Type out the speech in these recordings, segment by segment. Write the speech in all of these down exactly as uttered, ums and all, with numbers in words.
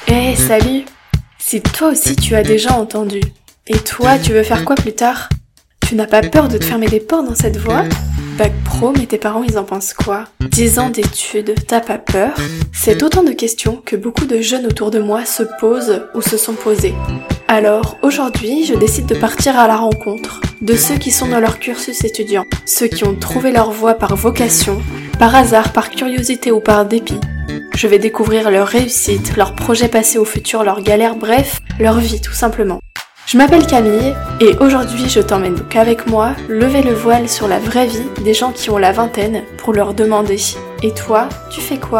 Hé, salut! Si toi aussi tu as déjà entendu, et toi tu veux faire quoi plus tard? Tu n'as pas peur de te fermer des portes dans cette voie? Bac pro, mais tes parents ils en pensent quoi? dix ans d'études, t'as pas peur? C'est autant de questions que beaucoup de jeunes autour de moi se posent ou se sont posées. Alors, aujourd'hui, je décide de partir à la rencontre de ceux qui sont dans leur cursus étudiant, ceux qui ont trouvé leur voie par vocation, par hasard, par curiosité ou par dépit. Je vais découvrir leurs réussites, leurs projets passés au futur, leurs galères, bref, leur vie tout simplement. Je m'appelle Camille et aujourd'hui je t'emmène donc avec moi lever le voile sur la vraie vie des gens qui ont la vingtaine pour leur demander « Et toi, tu fais quoi ?»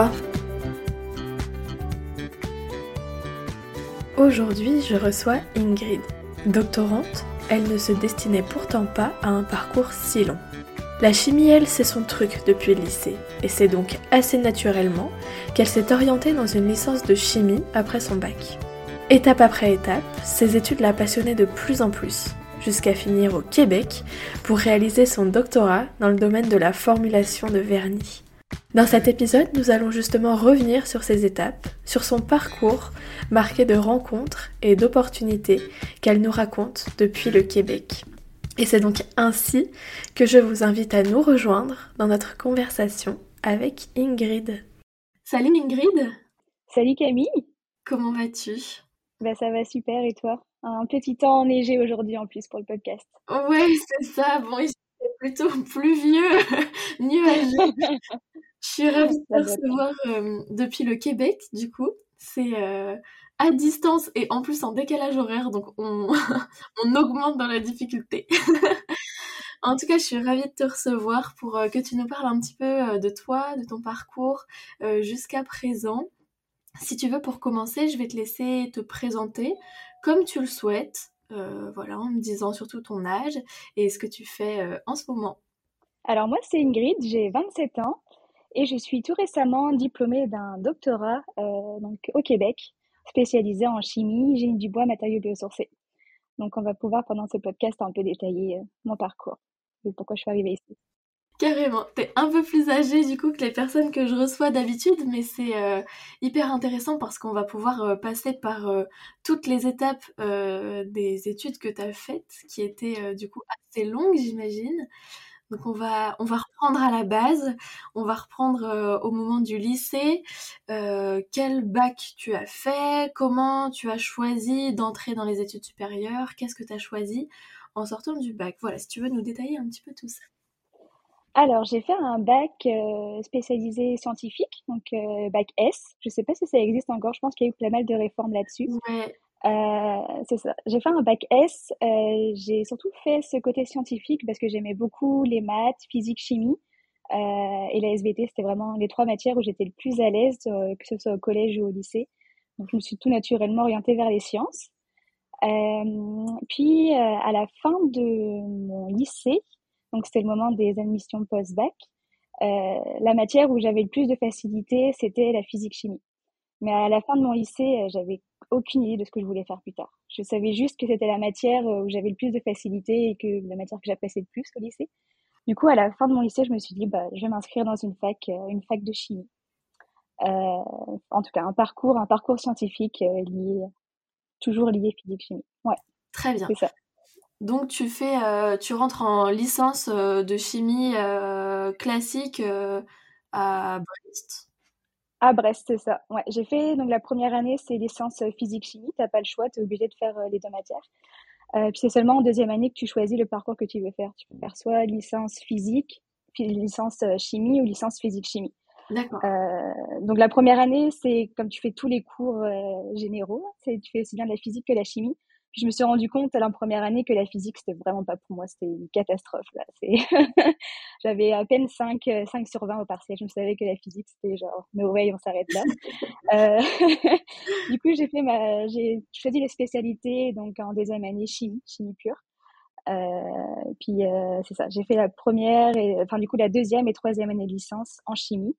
Aujourd'hui, je reçois Ingrid. Doctorante, elle ne se destinait pourtant pas à un parcours si long. La chimie, elle, c'est son truc depuis le lycée, et c'est donc assez naturellement qu'elle s'est orientée dans une licence de chimie après son bac. Étape après étape, ses études la passionnaient de plus en plus, jusqu'à finir au Québec pour réaliser son doctorat dans le domaine de la formulation de vernis. Dans cet épisode, nous allons justement revenir sur ces étapes, sur son parcours marqué de rencontres et d'opportunités qu'elle nous raconte depuis le Québec. Et c'est donc ainsi que je vous invite à nous rejoindre dans notre conversation avec Ingrid. Salut Ingrid! Salut Camille! Comment vas-tu? Bah ça va super et toi? Un petit temps enneigé aujourd'hui en plus pour le podcast. Ouais, c'est ça. Bon, ici c'est plutôt pluvieux, nuageux. Je suis ravie de te recevoir euh, depuis le Québec, du coup. C'est euh, à distance et en plus en décalage horaire, donc on, on augmente dans la difficulté. En tout cas, je suis ravie de te recevoir pour euh, que tu nous parles un petit peu euh, de toi, de ton parcours euh, jusqu'à présent. Si tu veux, pour commencer, je vais te laisser te présenter comme tu le souhaites, euh, voilà, en me disant surtout ton âge et ce que tu fais euh, en ce moment. Alors moi c'est Ingrid, j'ai vingt-sept ans et je suis tout récemment diplômée d'un doctorat euh, donc au Québec, spécialisé en chimie, génie du bois, matériaux biosourcés. Donc on va pouvoir pendant ce podcast un peu détailler euh, mon parcours et pourquoi je suis arrivée ici. Carrément, t'es un peu plus âgée du coup que les personnes que je reçois d'habitude, mais c'est euh, hyper intéressant parce qu'on va pouvoir euh, passer par euh, toutes les étapes euh, des études que t'as faites, qui étaient euh, du coup assez longues, j'imagine. Donc on va on va reprendre à la base, on va reprendre euh, au moment du lycée. Euh, quel bac tu as fait, comment tu as choisi d'entrer dans les études supérieures, qu'est-ce que tu as choisi en sortant du bac. Voilà, si tu veux nous détailler un petit peu tout ça. Alors j'ai fait un bac euh, spécialisé scientifique, donc euh, bac S. Je sais pas si ça existe encore, je pense qu'il y a eu pas mal de réformes là-dessus. Ouais, Euh, c'est ça. J'ai fait un bac S. Euh, j'ai surtout fait ce côté scientifique parce que j'aimais beaucoup les maths, physique, chimie. Euh, et la S V T, c'était vraiment les trois matières où j'étais le plus à l'aise, euh, que ce soit au collège ou au lycée. Donc, je me suis tout naturellement orientée vers les sciences. Euh, puis, euh, à la fin de mon lycée, donc c'était le moment des admissions post-bac, euh, la matière où j'avais le plus de facilité, c'était la physique-chimie. Mais à la fin de mon lycée, euh, j'avais aucune idée de ce que je voulais faire plus tard. Je savais juste que c'était la matière euh, où j'avais le plus de facilité et que la matière que j'appréciais le plus au lycée. Du coup, à la fin de mon lycée, je me suis dit, bah, je vais m'inscrire dans une fac, euh, une fac de chimie. Euh, en tout cas, un parcours, un parcours scientifique euh, lié, toujours lié physique-chimie. Ouais, très bien. c'est ça. Donc tu fais, euh, tu rentres en licence euh, de chimie euh, classique euh, à Brest. À Brest, c'est ça. Ouais, j'ai fait, donc la première année, c'est licence euh, physique-chimie. T'as pas le choix, t'es obligé de faire euh, les deux matières. Euh, puis c'est seulement en deuxième année que tu choisis le parcours que tu veux faire. Tu peux faire soit licence physique, puis licence euh, chimie ou licence physique-chimie. D'accord. Euh, donc la première année, c'est comme tu fais tous les cours euh, généraux, c'est, tu fais aussi bien de la physique que la chimie. Puis je me suis rendu compte à la première année que la physique, c'était vraiment pas pour moi, c'était une catastrophe. Là. C'est J'avais à peine cinq, cinq sur vingt au partiel. Je me savais que la physique, c'était genre, no way, on s'arrête là. Euh, du coup, j'ai fait ma, j'ai choisi les spécialités, donc en deuxième année, chimie, chimie pure. Euh, puis euh, c'est ça, j'ai fait la première, et, enfin du coup la deuxième et troisième année de licence en chimie.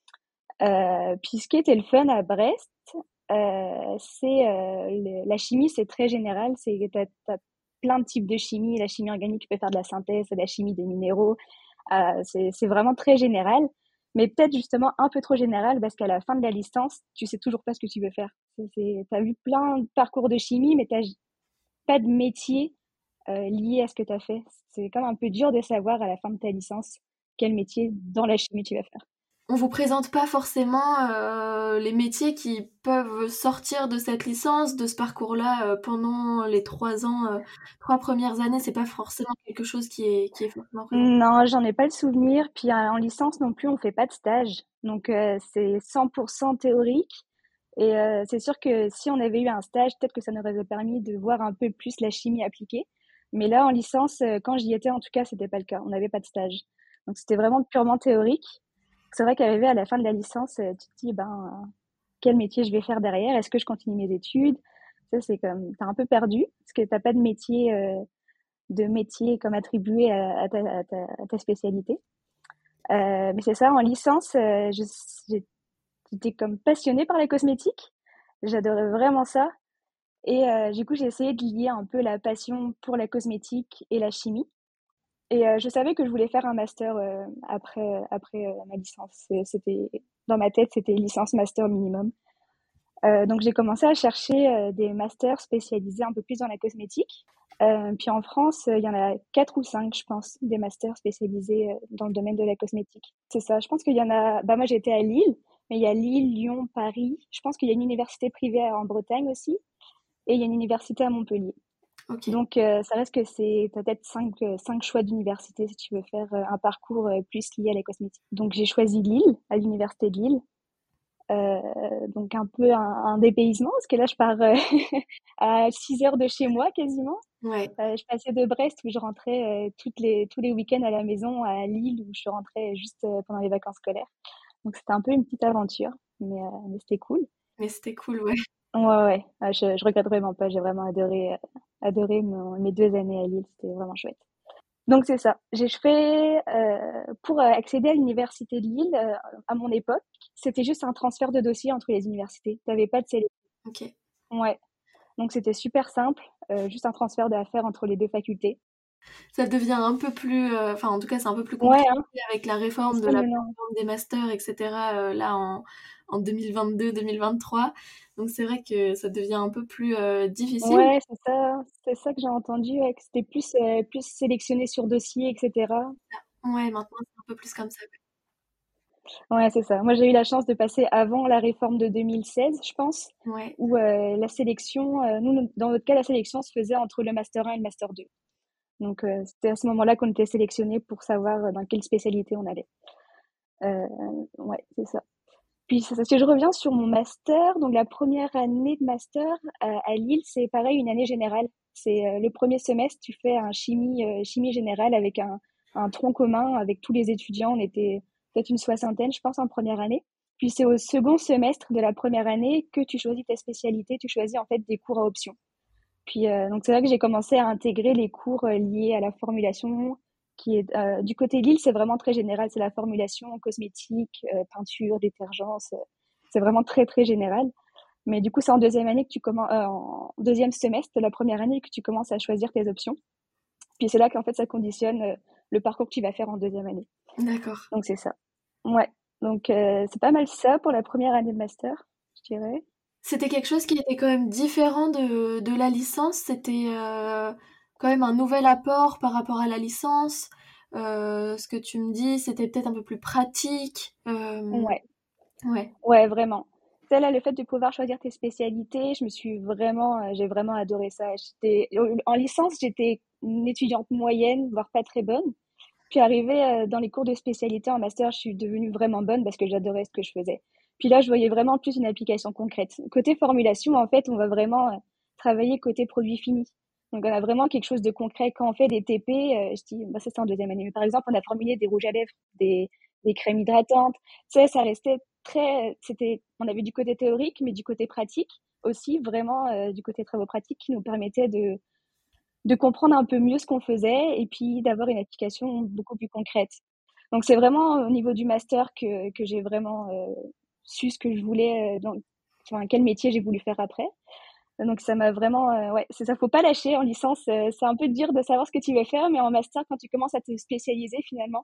Euh, puis ce qui était le fun à Brest, euh, c'est euh, le, la chimie, c'est très général. C'est t'as, t'as plein de types de chimie. La chimie organique peut faire de la synthèse, de la chimie des minéraux. Euh, c'est, c'est vraiment très général. mais peut-être justement un peu trop général parce qu'à la fin de la licence, tu sais toujours pas ce que tu veux faire. Tu as vu plein de parcours de chimie, mais tu n'as pas de métier euh, lié à ce que tu as fait. C'est comme un peu dur de savoir à la fin de ta licence quel métier dans la chimie tu vas faire. On vous présente pas forcément euh, les métiers qui peuvent sortir de cette licence, de ce parcours-là euh, pendant les trois ans, euh, trois premières années. C'est pas forcément quelque chose qui est qui est forcément présent. Non, j'en ai pas le souvenir. Puis en licence non plus, on fait pas de stage, donc euh, c'est cent pour cent théorique. Et euh, c'est sûr que si on avait eu un stage, peut-être que ça nous aurait permis de voir un peu plus la chimie appliquée. Mais là, en licence, euh, quand j'y étais, en tout cas, c'était pas le cas. On n'avait pas de stage, donc c'était vraiment purement théorique. C'est vrai qu'arrivé à la fin de la licence, euh, tu te dis, ben, euh, quel métier je vais faire derrière? Est-ce que je continue mes études? Ça, c'est comme, t'es un peu perdu parce que t'as pas de métier, euh, de métier comme attribué à, à, ta, à, ta, à ta spécialité. Euh, mais c'est ça, en licence, euh, je, j'étais comme passionnée par la cosmétique. J'adorais vraiment ça. Et euh, du coup, j'ai essayé de lier un peu la passion pour la cosmétique et la chimie. Et euh, je savais que je voulais faire un master euh, après, après euh, ma licence. C'était, dans ma tête, c'était licence master minimum. Euh, donc, j'ai commencé à chercher euh, des masters spécialisés un peu plus dans la cosmétique. Euh, puis en France, il y en a quatre ou cinq, je pense, des masters spécialisés euh, dans le domaine de la cosmétique. C'est ça. Je pense qu'il y en a. Bah moi, j'étais à Lille, mais il y a Lille, Lyon, Paris. Je pense qu'il y a une université privée en Bretagne aussi, et il y a une université à Montpellier. Ok. Donc, euh, ça reste que c'est peut-être cinq, euh, cinq choix d'université si tu veux faire euh, un parcours euh, plus lié à la cosmétique. Donc, j'ai choisi Lille, à l'université de Lille. Euh, donc, un peu un, un dépaysement, parce que là, je pars euh, à six heures de chez moi quasiment. Ouais. Euh, je passais de Brest où je rentrais euh, toutes les, tous les week-ends à la maison, à Lille où je rentrais juste euh, pendant les vacances scolaires. Donc, c'était un peu une petite aventure, mais, euh, mais c'était cool. Mais c'était cool, ouais. Ouais, ouais, ouais, je, je regrette vraiment pas. J'ai vraiment adoré, euh, adoré mon- mes deux années à Lille. C'était vraiment chouette. Donc c'est ça. J'ai fait euh, pour euh, accéder à l'université de Lille euh, à mon époque, c'était juste un transfert de dossier entre les universités. T'avais pas de sélection. Ok. Ouais. Donc c'était super simple, euh, juste un transfert d'affaires entre les deux facultés. Ça devient un peu plus, euh, enfin en tout cas c'est un peu plus Ouais, compliqué hein. avec la C'est réforme de ça la maintenant. plateforme des masters, et cetera euh, là en, en deux mille vingt-deux deux mille vingt-trois. Donc c'est vrai que ça devient un peu plus euh, difficile. Ouais, c'est ça. C'est ça que j'ai entendu, ouais, que c'était plus euh, plus sélectionné sur dossier, et cetera. Ouais, maintenant c'est un peu plus comme ça. Ouais, c'est ça. Moi, j'ai eu la chance de passer avant la réforme de deux mille seize, je pense, Ouais, où euh, la sélection, euh, nous, dans notre cas, la sélection se faisait entre le master un et le master deux. Donc, euh, c'était à ce moment-là qu'on était sélectionnés pour savoir euh, dans quelle spécialité on allait. Euh, ouais, c'est ça. Puis, ça, si je reviens sur mon master, donc la première année de master à, à Lille, c'est pareil, une année générale. C'est euh, le premier semestre, tu fais un chimie, euh, chimie générale avec un, un tronc commun avec tous les étudiants. On était peut-être une soixantaine, je pense, en première année. Puis c'est au second semestre de la première année que tu choisis ta spécialité. Tu choisis en fait des cours à option. Puis euh, donc c'est là que j'ai commencé à intégrer les cours euh, liés à la formulation, qui est euh, du côté Lille, c'est vraiment très général. C'est la formulation cosmétique, euh, peinture, détergence. C'est, c'est vraiment très très général. Mais du coup, c'est en deuxième année que tu commences, euh, en deuxième semestre de la première année que tu commences à choisir tes options. Puis c'est là qu'en fait ça conditionne euh, le parcours que tu vas faire en deuxième année. d'accord. Donc c'est ça. Ouais. Donc euh, c'est pas mal ça pour la première année de master, je dirais. C'était quelque chose qui était quand même différent de, de la licence. C'était euh, quand même un nouvel apport par rapport à la licence. Euh, ce que tu me dis, c'était peut-être un peu plus pratique. Euh, Ouais. ouais, Ouais, vraiment. Ça, là, le fait de pouvoir choisir tes spécialités, je me suis vraiment, euh, j'ai vraiment adoré ça. J'étais, en licence, j'étais une étudiante moyenne, voire pas très bonne. Puis arrivée euh, dans les cours de spécialité en master, je suis devenue vraiment bonne parce que j'adorais ce que je faisais. Puis là, je voyais vraiment plus une application concrète. Côté formulation, en fait, on va vraiment euh, travailler côté produit fini. Donc, on a vraiment quelque chose de concret. Quand on fait des T P, euh, je dis, bah, ça c'est en deuxième année. Mais par exemple, on a formulé des rouges à lèvres, des, des crèmes hydratantes. Tu sais, ça restait très, c'était, on avait du côté théorique, mais du côté pratique aussi, vraiment euh, du côté travaux pratiques qui nous permettait de, de comprendre un peu mieux ce qu'on faisait et puis d'avoir une application beaucoup plus concrète. Donc c'est vraiment au niveau du master que, que j'ai vraiment euh, su ce que je voulais, euh, dans, enfin, quel métier j'ai voulu faire après. Donc ça m'a vraiment, euh, ouais, c'est ça, faut pas lâcher. En licence, euh, c'est un peu dur de savoir ce que tu veux faire, mais en master, quand tu commences à te spécialiser finalement,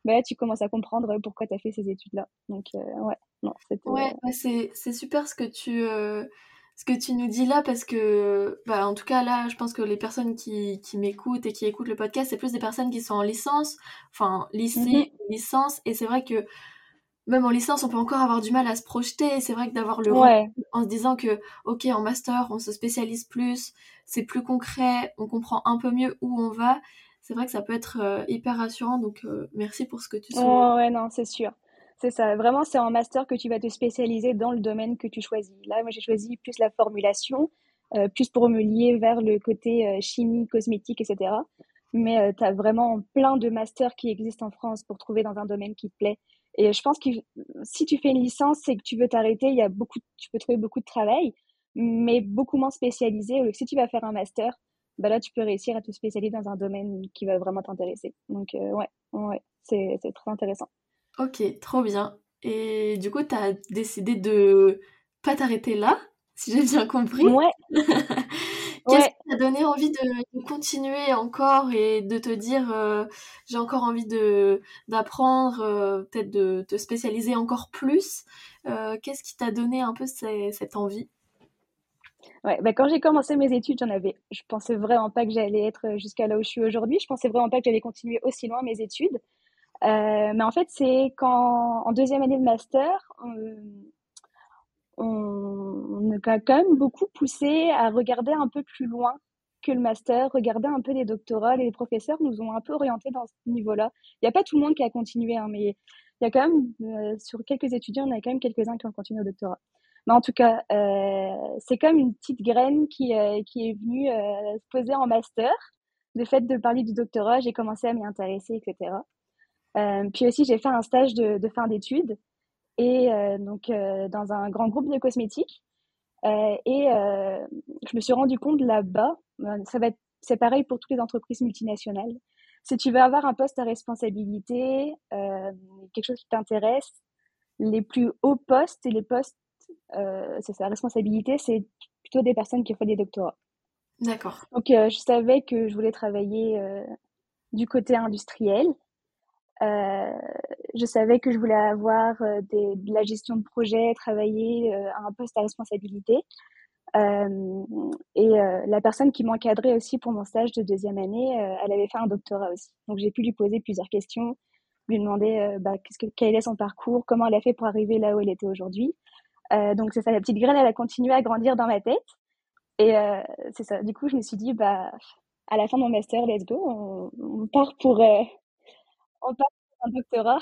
bah, là, tu commences à comprendre pourquoi tu as fait ces études-là. Donc, euh, ouais, non, c'était. Ouais, ouais, c'est c'est super ce que tu euh, ce que tu nous dis là parce que bah en tout cas là je pense que les personnes qui qui m'écoutent et qui écoutent le podcast c'est plus des personnes qui sont en licence, enfin lycée, Mhm. licence et c'est vrai que même en licence on peut encore avoir du mal à se projeter et c'est vrai que d'avoir le recul Ouais, en se disant que ok en master on se spécialise plus, c'est plus concret, on comprend un peu mieux où on va, c'est vrai que ça peut être euh, hyper rassurant donc euh, merci pour ce que tu soulèves. ouais, ouais, non, c'est sûr. C'est ça. Vraiment, c'est en master que tu vas te spécialiser dans le domaine que tu choisis. Là, moi, j'ai choisi plus la formulation, euh, plus pour me lier vers le côté euh, chimie, cosmétique, et cetera. Mais tu as vraiment plein de masters qui existent en France pour trouver dans un domaine qui te plaît. Et je pense que si tu fais une licence, c'est que tu veux t'arrêter, il y a beaucoup, tu peux trouver beaucoup de travail, mais beaucoup moins spécialisé. Alors que si tu vas faire un master, bah là, tu peux réussir à te spécialiser dans un domaine qui va vraiment t'intéresser. Donc, euh, ouais, ouais, c'est, c'est très intéressant. Ok, trop bien. Et du coup, t'as décidé de pas t'arrêter là, si j'ai bien compris. Ouais, Qu'est-ce ouais. qui t'a donné envie de, de continuer encore et de te dire euh, j'ai encore envie de d'apprendre, euh, peut-être de te spécialiser encore plus. Euh, qu'est-ce qui t'a donné un peu ces- cette envie? Ouais, bah, quand j'ai commencé mes études, j'en avais, je pensais vraiment pas que j'allais être jusqu'à là où je suis aujourd'hui. Je pensais vraiment pas que j'allais continuer aussi loin mes études. Euh, mais en fait, c'est quand, en deuxième année de master, on, on, on a quand même beaucoup poussé à regarder un peu plus loin que le master, regarder un peu les doctorats. Les professeurs nous ont un peu orientés dans ce niveau-là. Il n'y a pas tout le monde qui a continué, hein, mais il y a quand même, euh, sur quelques étudiants, on a quand même quelques-uns qui ont continué au doctorat. Mais en tout cas, euh, c'est comme une petite graine qui, euh, qui est venue euh, se poser en master. Le fait de parler du doctorat, j'ai commencé à m'y intéresser, et cetera. Euh, puis aussi, j'ai fait un stage de, de fin d'études et euh, donc euh, dans un grand groupe de cosmétiques. Euh, et euh, je me suis rendu compte là-bas, euh, ça va être, c'est pareil pour toutes les entreprises multinationales. Si tu veux avoir un poste à responsabilité, euh, quelque chose qui t'intéresse, les plus hauts postes et les postes, euh, c'est sa responsabilité, c'est plutôt des personnes qui ont fait des doctorats. D'accord. Donc, euh, je savais que je voulais travailler euh, du côté industriel. Euh, je savais que je voulais avoir euh, des, de la gestion de projet, travailler euh, à un poste à responsabilité. Euh, et euh, la personne qui m'encadrait aussi pour mon stage de deuxième année, euh, elle avait fait un doctorat aussi. Donc j'ai pu lui poser plusieurs questions, lui demander euh, bah, qu'est-ce que, quel est son parcours, comment elle a fait pour arriver là où elle était aujourd'hui. Euh, donc c'est ça, la petite graine, elle a continué à grandir dans ma tête. Et euh, c'est ça. Du coup, je me suis dit, bah, à la fin de mon master, let's go, on, on part pour, euh, on part pour un doctorat.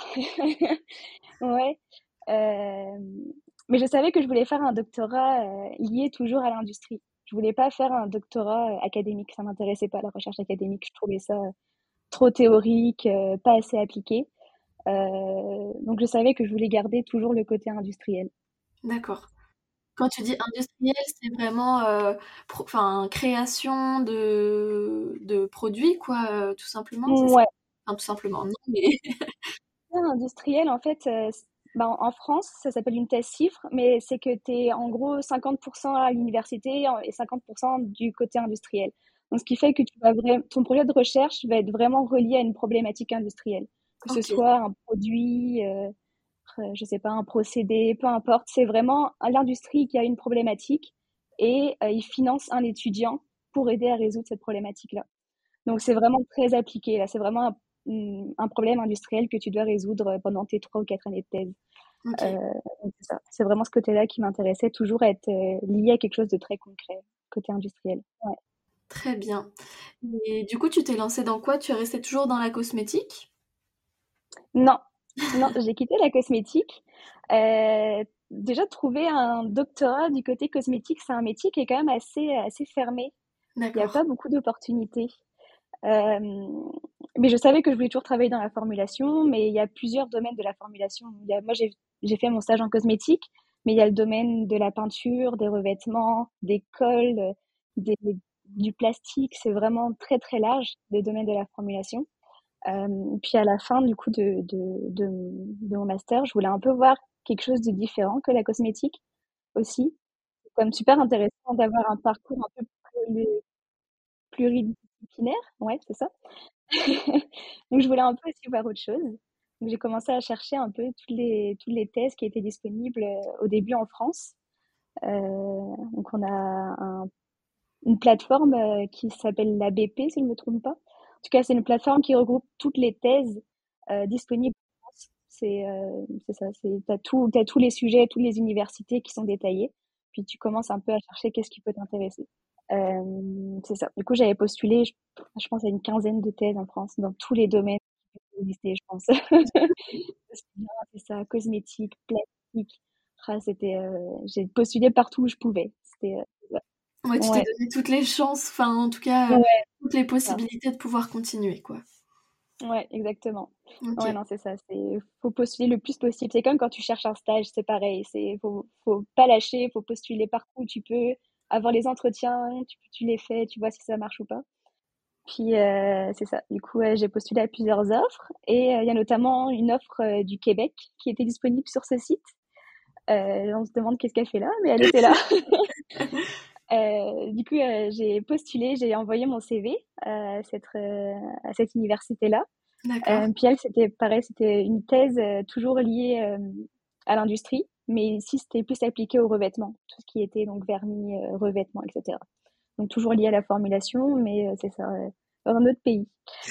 Ouais. Euh, mais je savais que je voulais faire un doctorat euh, lié toujours à l'industrie. Je voulais pas faire un doctorat euh, académique. Ça m'intéressait pas, la recherche académique. Je trouvais ça trop théorique, euh, pas assez appliqué. Euh, donc je savais que je voulais garder toujours le côté industriel. D'accord. Quand tu dis industriel, c'est vraiment euh, pro- enfin, création de, de produits, quoi, euh, tout simplement, c'est ça? Ouais. Enfin, tout simplement, non, mais Industriel, en fait, euh, c- ben, en France, ça s'appelle une thèse cifre, mais c'est que tu es en gros cinquante pour cent à l'université et cinquante pour cent du côté industriel. Donc, ce qui fait que tu vas vra- ton projet de recherche va être vraiment relié à une problématique industrielle, que ce ok, soit un produit, euh, euh, je sais pas, un procédé, peu importe. C'est vraiment l'industrie qui a une problématique et euh, il finance un étudiant pour aider à résoudre cette problématique-là. Donc, c'est vraiment très appliqué. Là, c'est vraiment un, mm, un problème industriel que tu dois résoudre pendant tes trois ou quatre années de thèse. ok, Euh, donc c'est ça. C'est vraiment ce côté-là qui m'intéressait, toujours être euh, lié à quelque chose de très concret, côté industriel. Ouais. très bien. Et du coup, tu t'es lancé dans quoi? Tu es resté toujours dans la cosmétique? Non, non, j'ai quitté la cosmétique. Euh, déjà, trouver un doctorat du côté cosmétique, c'est un métier qui est quand même assez, assez fermé. Il n'y a D'accord. pas beaucoup d'opportunités. Euh, mais je savais que je voulais toujours travailler dans la formulation, mais il y a plusieurs domaines de la formulation. Il y a, moi, j'ai, j'ai fait mon stage en cosmétique, mais il y a le domaine de la peinture, des revêtements, des cols, des, du plastique. C'est vraiment très, très large, le domaine de la formulation. Euh, puis à la fin, du coup, de, de, de, de mon master, je voulais un peu voir quelque chose de différent que la cosmétique aussi. C'est comme super intéressant d'avoir un parcours un peu plus pluridisciplinaire. Ouais, c'est ça. Donc je voulais un peu aussi voir autre chose. Donc, j'ai commencé à chercher un peu toutes les, toutes les thèses qui étaient disponibles euh, au début en France. Euh, donc, on a un, une plateforme euh, qui s'appelle l'A B P, si je ne me trompe pas. En tout cas, c'est une plateforme qui regroupe toutes les thèses euh, disponibles en France. C'est euh, c'est ça, c'est, t'as tout, t'as tous les sujets, toutes les universités qui sont détaillées. Puis tu commences un peu à chercher qu'est-ce qui peut t'intéresser. Euh, c'est ça. Du coup, j'avais postulé, je, je pense, à une quinzaine de thèses en France, dans tous les domaines qui existaient, je pense. Aussi bien, c'est ça, cosmétique, plastique. Ah, c'était, euh, j'ai postulé partout où je pouvais. C'était, euh, Ouais, tu t'es ouais, donné toutes les chances, enfin, en tout cas, euh, ouais, toutes les c'est ça. possibilités de pouvoir continuer, quoi. Ouais, exactement. Ok. Ouais, non, c'est ça. C'est, faut postuler le plus possible. C'est comme quand tu cherches un stage, c'est pareil. C'est, faut, faut pas lâcher, faut postuler partout où tu peux, avoir les entretiens, tu, tu les fais, tu vois si ça marche ou pas. Puis euh, c'est ça. Du coup, ouais, j'ai postulé à plusieurs offres et euh, il y a notamment une offre euh, du Québec qui était disponible sur ce site. Euh, on se demande qu'est-ce qu'elle fait là, mais elle était là. Euh, du coup, euh, j'ai postulé, j'ai envoyé mon C V à cette, euh, à cette université-là. D'accord. Euh, puis elle, c'était pareil, c'était une thèse euh, toujours liée euh, à l'industrie, mais ici, c'était plus appliqué au revêtement, tout ce qui était donc vernis, euh, revêtement, et cetera. Donc toujours lié à la formulation, mais euh, c'est ça, euh, dans un autre pays.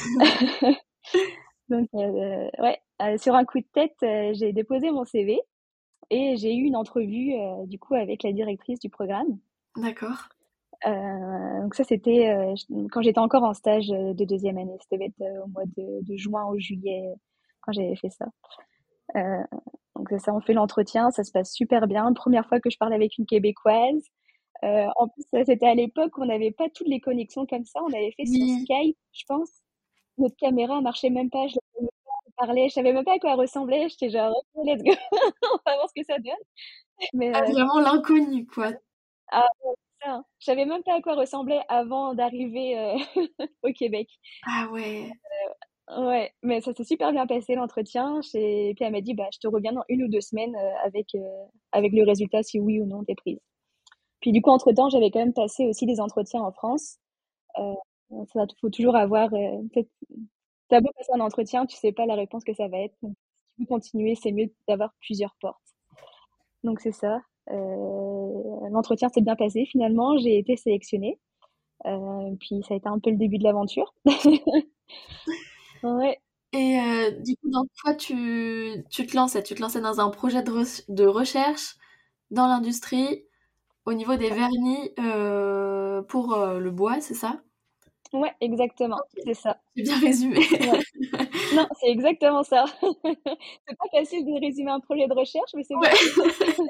Donc, euh, ouais, euh, sur un coup de tête, euh, j'ai déposé mon C V et j'ai eu une entrevue euh, du coup avec la directrice du programme. D'accord. Euh, donc ça, c'était euh, quand j'étais encore en stage euh, de deuxième année. C'était devait être euh, au mois de, de juin ou juillet quand j'avais fait ça. Euh, donc c'est ça, on fait l'entretien, ça se passe super bien. Première fois que je parle avec une Québécoise. Euh, en plus, ça, c'était à l'époque où on n'avait pas toutes les connexions comme ça. On avait fait sur Oui. Skype, je pense. Notre caméra marchait même pas. Je ne parlais, je savais même pas à quoi elle ressemblait. J'étais genre, ok, let's go, on va voir ce que ça donne. Mais Ah, euh, vraiment l'inconnu, quoi. ah, ouais, c'est ça, hein. Je savais même pas à quoi ressemblait avant d'arriver euh, au Québec. Ah ouais. Ouais, mais ça s'est super bien passé l'entretien. J'ai- Puis elle m'a dit, bah, je te reviens dans une ou deux semaines euh, avec, euh, avec le résultat, si oui ou non t'es prise. Puis du coup, entre-temps, j'avais quand même passé aussi des entretiens en France. Euh, ça, faut toujours avoir, euh, peut-être, t'as beau passer un entretien, tu sais pas la réponse que ça va être. Donc, si tu veux continuer, c'est mieux d'avoir plusieurs portes. Donc c'est ça. Euh, l'entretien s'est bien passé finalement. J'ai été sélectionnée. Euh, puis ça a été un peu le début de l'aventure. Ouais. Et euh, du coup, donc toi, tu, tu te lançais, tu te lançais dans un projet de, re- de recherche dans l'industrie au niveau des vernis euh, pour euh, le bois, c'est ça? Ouais, exactement. Ok, C'est ça. j'ai bien résumé. Ouais. Non, c'est exactement ça. C'est pas facile de résumer un projet de recherche, mais c'est bien. Ouais,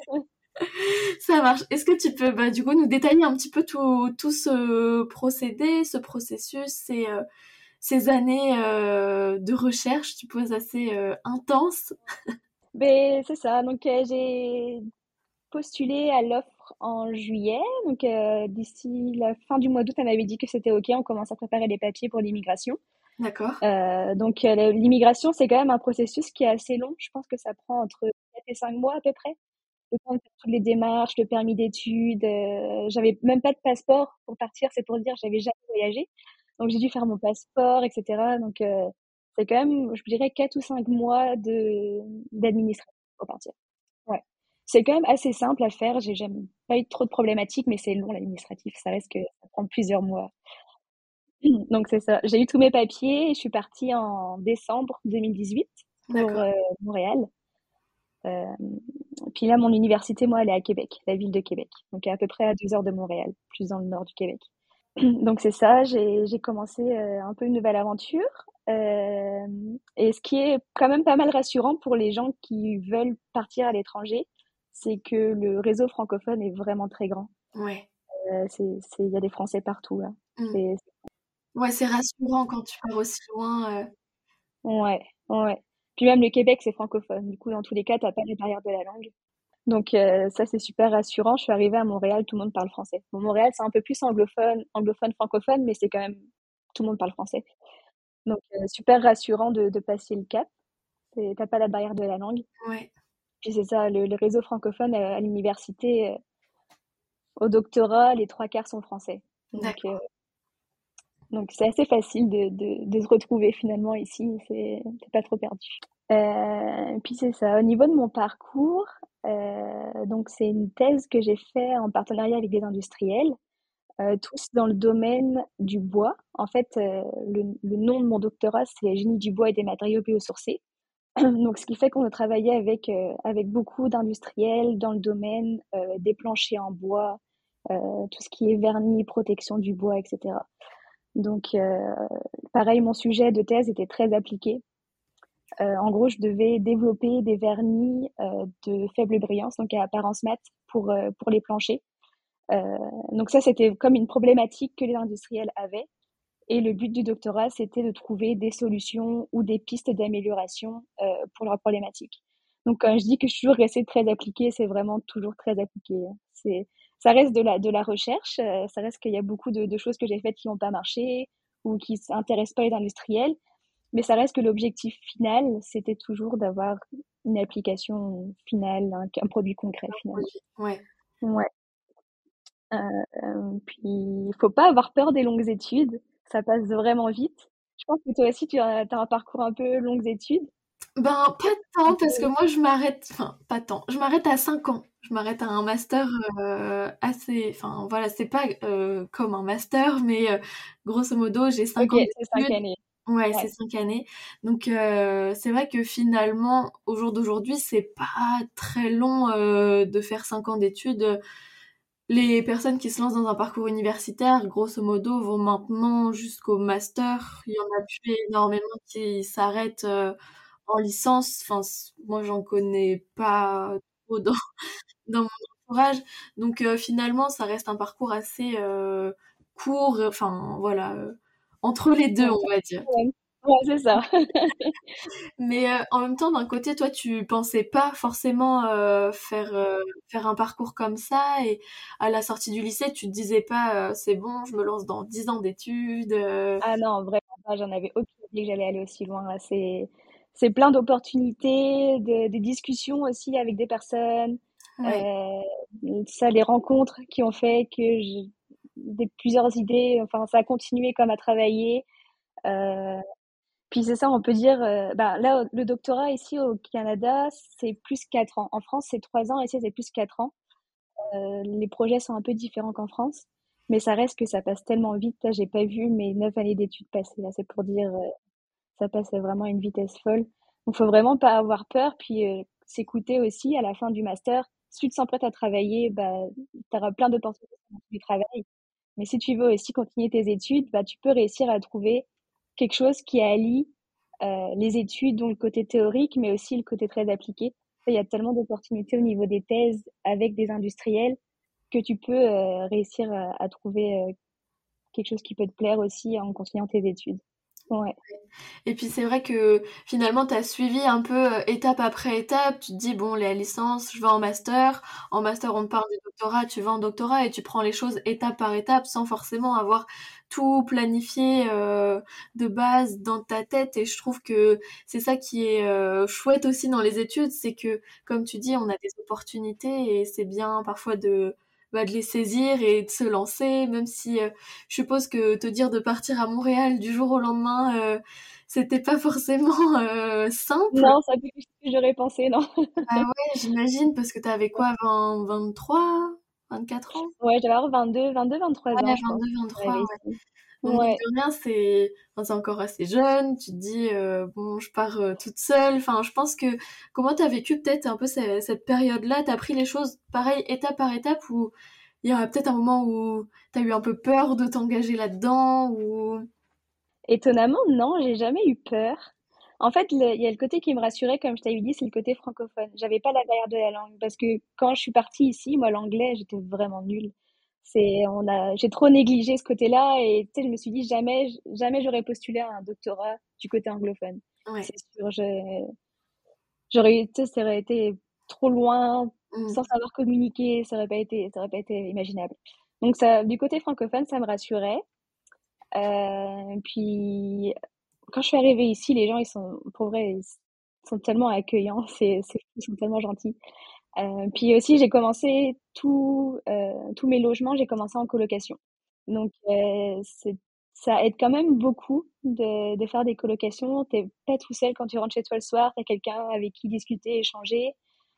ça marche. Est-ce que tu peux bah, du coup nous détailler un petit peu tout, tout ce procédé, ce processus, ces, euh, ces années euh, de recherche, je suppose assez euh, intenses? Ben, c'est ça. Donc, euh, j'ai postulé à l'offre en juillet. Donc, euh, d'ici la fin du mois d'août, elle m'avait dit que c'était OK. On commence à préparer les papiers pour l'immigration. D'accord. Euh, donc, euh, l'immigration, c'est quand même un processus qui est assez long. Je pense que ça prend entre quatre et cinq mois à peu près. Le temps de faire toutes les démarches, le permis d'études. Euh, j'avais même pas de passeport pour partir. C'est pour dire, j'avais jamais voyagé. Donc, j'ai dû faire mon passeport, et cetera. Donc, euh, c'est quand même, je dirais, quatre ou cinq mois de d'administration pour partir. Ouais. C'est quand même assez simple à faire. J'ai jamais pas eu trop de problématiques, mais c'est long l'administratif. Ça reste que ça prend plusieurs mois. Donc c'est ça. J'ai eu tous mes papiers et je suis partie en décembre deux mille dix-huit pour D'accord. euh, Montréal. Euh, puis là, mon université, moi, elle est à Québec, la ville de Québec. Donc à peu près à deux heures de Montréal, plus dans le nord du Québec. Donc c'est ça. J'ai j'ai commencé euh, un peu une nouvelle aventure. Euh, et ce qui est quand même pas mal rassurant pour les gens qui veulent partir à l'étranger, c'est que le réseau francophone est vraiment très grand. Ouais. Euh, c'est, c'est, il y a des Français partout là. Mm. C'est, Ouais, c'est rassurant quand tu pars aussi loin. euh. ouais, ouais. Puis même le Québec, c'est francophone. Du coup, dans tous les cas, t'as pas les barrières de la langue. Donc euh, ça, c'est super rassurant. Je suis arrivée à Montréal, tout le monde parle français. Bon, Montréal, c'est un peu plus anglophone, anglophone, francophone, mais c'est quand même tout le monde parle français. Donc euh, super rassurant de, de passer le cap. C'est, t'as pas la barrière de la langue. Ouais. Puis c'est ça, le, le réseau francophone à, à l'université, euh, au doctorat, les trois quarts sont français. Donc euh, D'accord. donc c'est assez facile de, de, de se retrouver finalement ici. C'est, t'es pas trop perdu. Heu, puis c'est ça. Au niveau de mon parcours, heu, donc c'est une thèse que j'ai fait en partenariat avec des industriels, heu, tous dans le domaine du bois. En fait, heu, le le nom de mon doctorat, c'est génie du bois et des matériaux biosourcés. Donc ce qui fait qu'on a travaillé avec, heu, avec beaucoup d'industriels dans le domaine, heu, des planchers en bois, heu, tout ce qui est vernis, protection du bois et cetera. Donc heu, pareil, mon sujet de thèse était très appliqué. Heu, en gros, je devais développer des vernis, heu, de faible brillance, donc à apparence mate pour, heu, pour les planchers. Heu, donc ça, c'était comme une problématique que les industriels avaient et le but du doctorat, c'était de trouver des solutions ou des pistes d'amélioration, heu, pour leurs problématiques. Donc quand je dis que je suis toujours restée très appliquée, c'est vraiment toujours très appliqué, hein. C'est ça reste de la de la recherche, heu, ça reste qu'il y a beaucoup de de choses que j'ai faites qui n'ont pas marché ou qui intéressent pas les industriels, mais ça reste que l'objectif final, c'était toujours d'avoir une application finale, un un produit concret finalement. Produit. Ouais. Ouais. Heu, puis il faut pas avoir peur des longues études, ça passe vraiment vite. Je pense que toi aussi tu as tu as un parcours un peu longues études? Ben, pas Un tant parce que peu moi je m'arrête enfin pas tant, je m'arrête à cinq ans. Je m'arrête à un master, heu, assez enfin voilà, c'est pas, heu, comme un master mais heu, grosso modo j'ai cinq OK, ans c'est cinq d'études. années. Ouais, c'est Ouais. cinq années. Donc heu, c'est vrai que finalement, au jour d'aujourd'hui, c'est pas très long, heu, de faire cinq ans d'études. Les personnes qui se lancent dans un parcours universitaire, grosso modo, vont maintenant jusqu'au master. Il y en a plus énormément qui s'arrêtent, heu, en licence. Enfin, s moi, j'en connais pas trop dans dans mon entourage. Donc heu, finalement, ça reste un parcours assez, heu, court, enfin voilà, heu, entre les deux, Ouais, on va dire. ouais. Ouais, c'est ça. Mais heu, en même temps, d'un côté, toi, tu pensais pas forcément, heu, faire, heu, faire un parcours comme ça et à la sortie du lycée, tu te disais pas, heu: «C'est bon, je me lance dans dix ans d'études», heu Ah non, vraiment pas, j'en avais aucune idée que j'allais aller aussi loin, là. C'est c'est plein d'opportunités, de des discussions aussi avec des personnes, ouais, heu, ça, les rencontres qui ont fait que j'ai des plusieurs idées, enfin, ça a continué comme à travailler, heu, puis c'est ça, on peut dire, heu, bah, là, le doctorat ici au Canada, c'est plus quatre ans. En France, c'est trois ans, ici, c'est plus quatre ans. Heu, les projets sont un peu différents qu'en France, mais ça reste que ça passe tellement vite. Là, j'ai pas vu mes neuf années d'études passer, là, c'est pour dire, heu, ça passe vraiment à une vitesse folle. Donc faut vraiment pas avoir peur, puis, heu, s'écouter aussi à la fin du master. Si tu te sens prête à travailler, bah, tu auras plein d'opportunités sur le marché du travail. Mais si tu veux aussi continuer tes études, bah, tu peux réussir à trouver quelque chose qui allie, heu, les études, dont le côté théorique, mais aussi le côté très appliqué. Il y a tellement d'opportunités au niveau des thèses avec des industriels que tu peux, heu, réussir à à trouver, heu, quelque chose qui peut te plaire aussi en continuant tes études. Ouais. et puis c'est vrai que finalement, tu as suivi un peu, heu, étape après étape. Tu te dis: «Bon, la licence, je vais en master. En master, on te parle du doctorat, tu vas en doctorat» et tu prends les choses étape par étape sans forcément avoir tout planifié, heu, de base dans ta tête et je trouve que c'est ça qui est, heu, chouette aussi dans les études, c'est que, comme tu dis, on a des opportunités et c'est bien parfois de, bah, de les saisir et de se lancer, même si, heu, je suppose que te dire de partir à Montréal du jour au lendemain, heu, c'était pas forcément, heu, simple. Non, c'est un peu plus ce que j'aurais pensé, non. Bah ouais, j'imagine parce que tu avais quoi, vingt, vingt-trois, vingt-quatre ans? Ouais, je devais avoir vingt-deux, vingt-deux, vingt-trois Ouais, ans, je pense, vingt-deux, quand je suis vingt-trois, arrivée ouais. ici. Donc mine Ouais. de rien, c'est enfin, c'est encore assez jeune. Tu te dis, heu: «Bon, je pars, heu, toute seule». Enfin, je pense que comment tu as vécu peut-être un peu ce cette période-là? Tu as pris les choses pareil, étape par étape ou il y a peut-être un moment où tu as eu un peu peur de t'engager là-dedans ou Étonnamment, non, j'ai jamais eu peur. En fait, le il y a le côté qui me rassurait, comme je t'avais dit, c'est le côté francophone. J'avais pas la barrière de la langue parce que quand je suis partie ici, moi, l'anglais, j'étais vraiment nulle. C'est on a j'ai trop négligé ce côté-là et tu sais, je me suis dit: «Jamais j jamais j'aurais postulé à un doctorat du côté anglophone». ouais. C'est sûr, je j'aurais tu sais, ça aurait été trop loin, sans Mmh. savoir communiquer, ça aurait pas été ça aurait pas été imaginable. Donc ça du côté francophone, ça me rassurait. Heu, puis quand je suis arrivée ici, les gens, ils sont pour vrai, ils sont tellement accueillants, c'est c'est ils sont tellement gentils. Heu, puis aussi, j'ai commencé tout, heu, tous mes logements, j'ai commencé en colocation. Donc heu, c'est ça aide quand même beaucoup de, de faire des colocations. T'es pas tout seul quand tu rentres chez toi le soir, t'as quelqu'un avec qui discuter, échanger.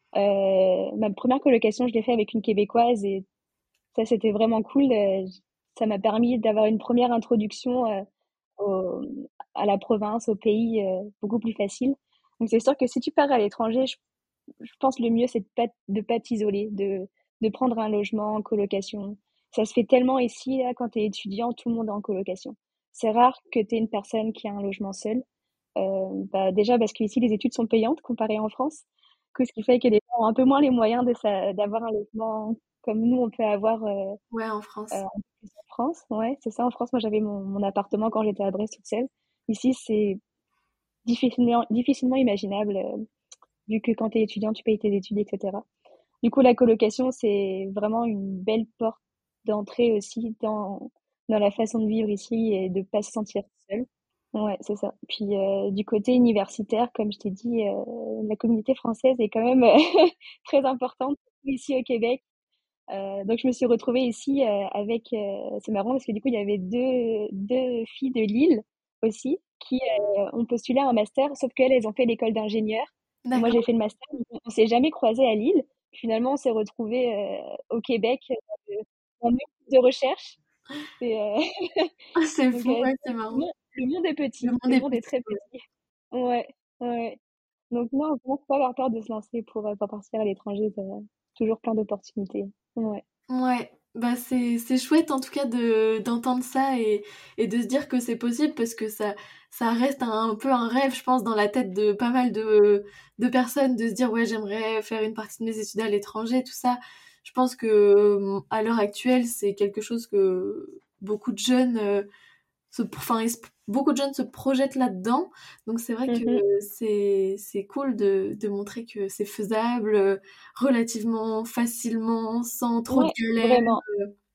Euh, ma première colocation, je l'ai fait avec une Québécoise et ça, c'était vraiment cool. Euh, ça m'a permis d'avoir une première introduction euh, au, à la province, au pays, euh, beaucoup plus facile. Donc c'est sûr que si tu pars à l'étranger, je, je pense le mieux, c'est de pas, de pas t'isoler, de, de prendre un logement en colocation. Ça se fait tellement ici, là, quand tu es étudiant, tout le monde est en colocation. C'est rare que tu aies une personne qui a un logement seul. Euh, bah, déjà parce qu'ici, les études sont payantes comparées en France, que ce qui fait que les gens ont un peu moins les moyens de ça, d'avoir un logement comme nous, on peut avoir euh, Ouais, en euh, France. en France. Ouais, c'est ça. En France, moi, j'avais mon, mon appartement quand j'étais à Brest toute seule. Ici, c'est difficilement, difficilement imaginable, euh, vu que quand tu es étudiant, tu payes tes études, et cetera. Du coup, la colocation, c'est vraiment une belle porte d'entrée aussi dans, dans la façon de vivre ici et de pas se sentir seul. Ouais, c'est ça. Puis euh, du côté universitaire, comme je t'ai dit, euh, la communauté française est quand même très importante ici au Québec. Euh, donc je me suis retrouvée ici euh, avec, euh, c'est marrant parce que du coup il y avait deux, deux filles de Lille aussi qui euh, ont postulé à un master, sauf qu'elles elles ont fait l'école d'ingénieur et moi j'ai D'accord. fait le master. On, on s'est jamais croisés à Lille. Finalement on s'est retrouvés euh, au Québec euh, en même groupe de recherche. C'est, euh, Ah, c'est donc fou, euh, ouais, c'est le marrant. monde, le monde est Le petit, monde le est monde est petit. très petit. Ouais, ouais. Donc non, faut pas avoir peur de se lancer pour, euh, pour partir à l'étranger. T'as toujours plein d'opportunités. Ouais. Ouais, bah c'est c'est chouette en tout cas de d'entendre ça et, et de se dire que c'est possible parce que ça ça reste un, un peu un rêve, je pense, dans la tête de pas mal de de personnes de se dire ouais j'aimerais faire une partie de mes études à l'étranger, tout ça. Je pense que euh, à l'heure actuelle c'est quelque chose que beaucoup de jeunes euh, se, enfin, ils se- beaucoup de jeunes se projettent là-dedans. Donc c'est vrai que Mhm. c'est c'est cool de, de montrer que c'est faisable euh, relativement facilement, sans trop de Ouais, galères. vraiment.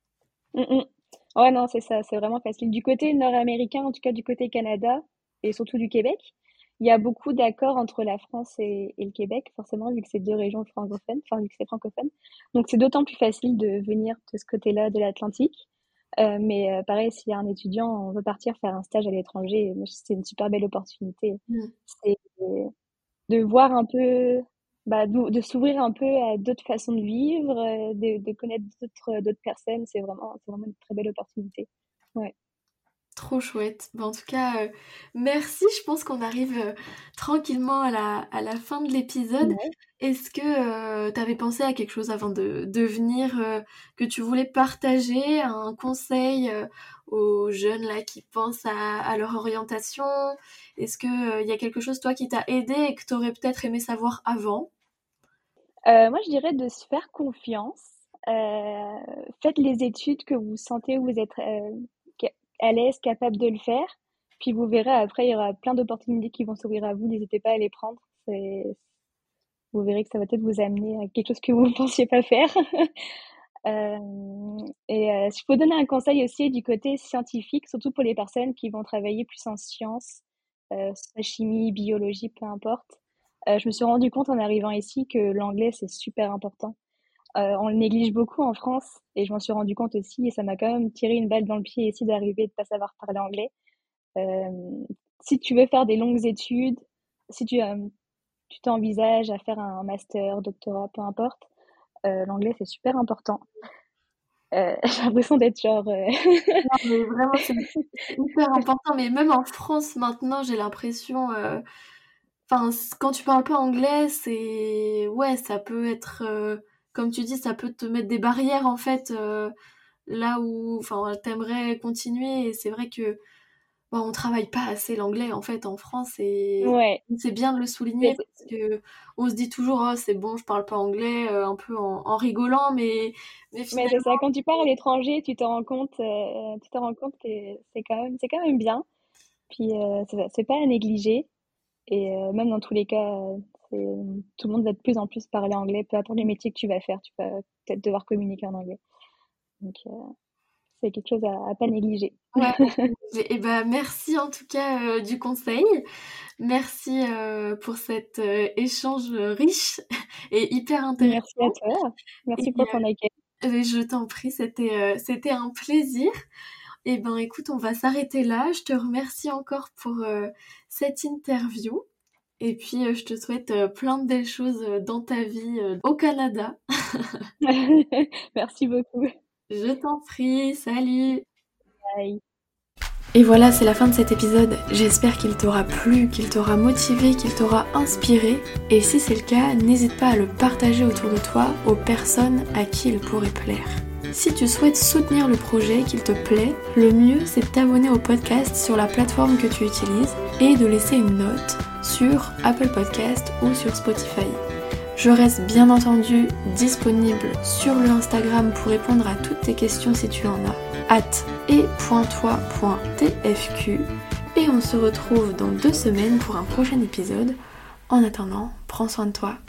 Mm, mm. Ouais, non, c'est ça, c'est vraiment facile. Du côté nord-américain, en tout cas du côté Canada et surtout du Québec, il y a beaucoup d'accords entre la France et, et le Québec, forcément, vu que c'est deux régions francophones, enfin, vu que c'est francophone. Donc, c'est d'autant plus facile de venir de ce côté-là de l'Atlantique. Euh, mais euh, pareil, s'il y a un étudiant, on veut partir faire un stage à l'étranger, moi, c'est une super belle opportunité. Mm. C'est de voir un peu, bah, de, de s'ouvrir un peu à d'autres façons de vivre, euh, de, de connaître d'autres d'autres personnes, c'est vraiment, c'est vraiment une très belle opportunité. Ouais. Trop chouette. Bon, en tout cas, euh, merci. Je pense qu'on arrive euh, tranquillement à la, à la fin de l'épisode. Ouais. Est-ce que tu avais pensé à quelque chose avant de, de venir euh, que tu voulais partager, un conseil euh, aux jeunes là qui pensent à, à leur orientation? Est-ce que il y a quelque chose toi qui t'a aidé et que tu aurais peut-être aimé savoir avant? Euh, moi, je dirais de se faire confiance. Euh, Faites les études que vous sentez où vous êtes euh, ca- à l'aise, capable de le faire. Puis vous verrez, après, il y aura plein d'opportunités qui vont s'ouvrir à vous. N'hésitez pas à les prendre. C'est, vous verrez que ça va peut-être vous amener à quelque chose que vous ne pensiez pas faire. Euh, et euh, si je peux donner un conseil aussi du côté scientifique, surtout pour les personnes qui vont travailler plus en sciences, euh, soit chimie, biologie, peu importe. Euh, je me suis rendu compte en arrivant ici que l'anglais c'est super important. Euh, on le néglige beaucoup en France et je m'en suis rendu compte aussi et ça m'a quand même tiré une balle dans le pied ici d'arriver et de pas savoir parler anglais. Euh, Si tu veux faire des longues études, si tu euh, tu t'envisages à faire un master, doctorat, peu importe, euh, l'anglais c'est super important. Euh, j'ai l'impression d'être genre. euh, Non, mais vraiment, c'est c'est hyper important. Mais même en France, maintenant, j'ai l'impression... euh, Enfin, c- quand tu parles pas anglais, c'est... Ouais, ça peut être... euh, Comme tu dis, ça peut te mettre des barrières, en fait, euh, là où... Enfin, t'aimerais continuer. Et c'est vrai que... Bon, on travaille pas assez l'anglais, en fait, en France. Et Ouais, c'est bien de le mais souligner c'est parce que on se dit toujours, oh, c'est bon, je parle pas anglais, euh, un peu en, en rigolant, mais, mais mais c'est ça. finalement... Quand tu pars à l'étranger, tu te rends compte, euh, tu te rends compte que c'est quand même, c'est quand même bien. Puis euh, c'est c'est pas à négliger. Et euh, même dans tous les cas, euh, c'est- tout le monde va de plus en plus parler anglais, peu importe les métiers que tu vas faire, tu vas peut-être devoir communiquer en anglais. Donc euh, c'est quelque chose à, à pas négliger. Ouais, et ben merci en tout cas euh, du conseil. Merci euh, pour cet euh, échange riche et hyper Merci à intéressant. toi. Et Merci pour ton accueil. euh, je t'en prie, c'était euh, c'était un plaisir. Eh ben écoute, on va s'arrêter là. Je te remercie encore pour euh, cette interview. Et puis euh, je te souhaite euh, plein de belles choses euh, dans ta vie euh, au Canada. Merci beaucoup. Je t'en prie, salut. Bye. Et voilà, c'est la fin de cet épisode. J'espère qu'il t'aura plu, qu'il t'aura motivé, qu'il t'aura inspiré. Et si c'est le cas, n'hésite pas à le partager autour de toi aux personnes à qui il pourrait plaire. Si tu souhaites soutenir le projet, qu'il te plaît, le mieux c'est de t'abonner au podcast sur la plateforme que tu utilises et de laisser une note sur Apple Podcast ou sur Spotify. Je reste bien entendu disponible sur le Instagram pour répondre à toutes tes questions si tu en as. at e point toi point t f q et on se retrouve dans deux semaines pour un prochain épisode. En attendant, prends soin de toi.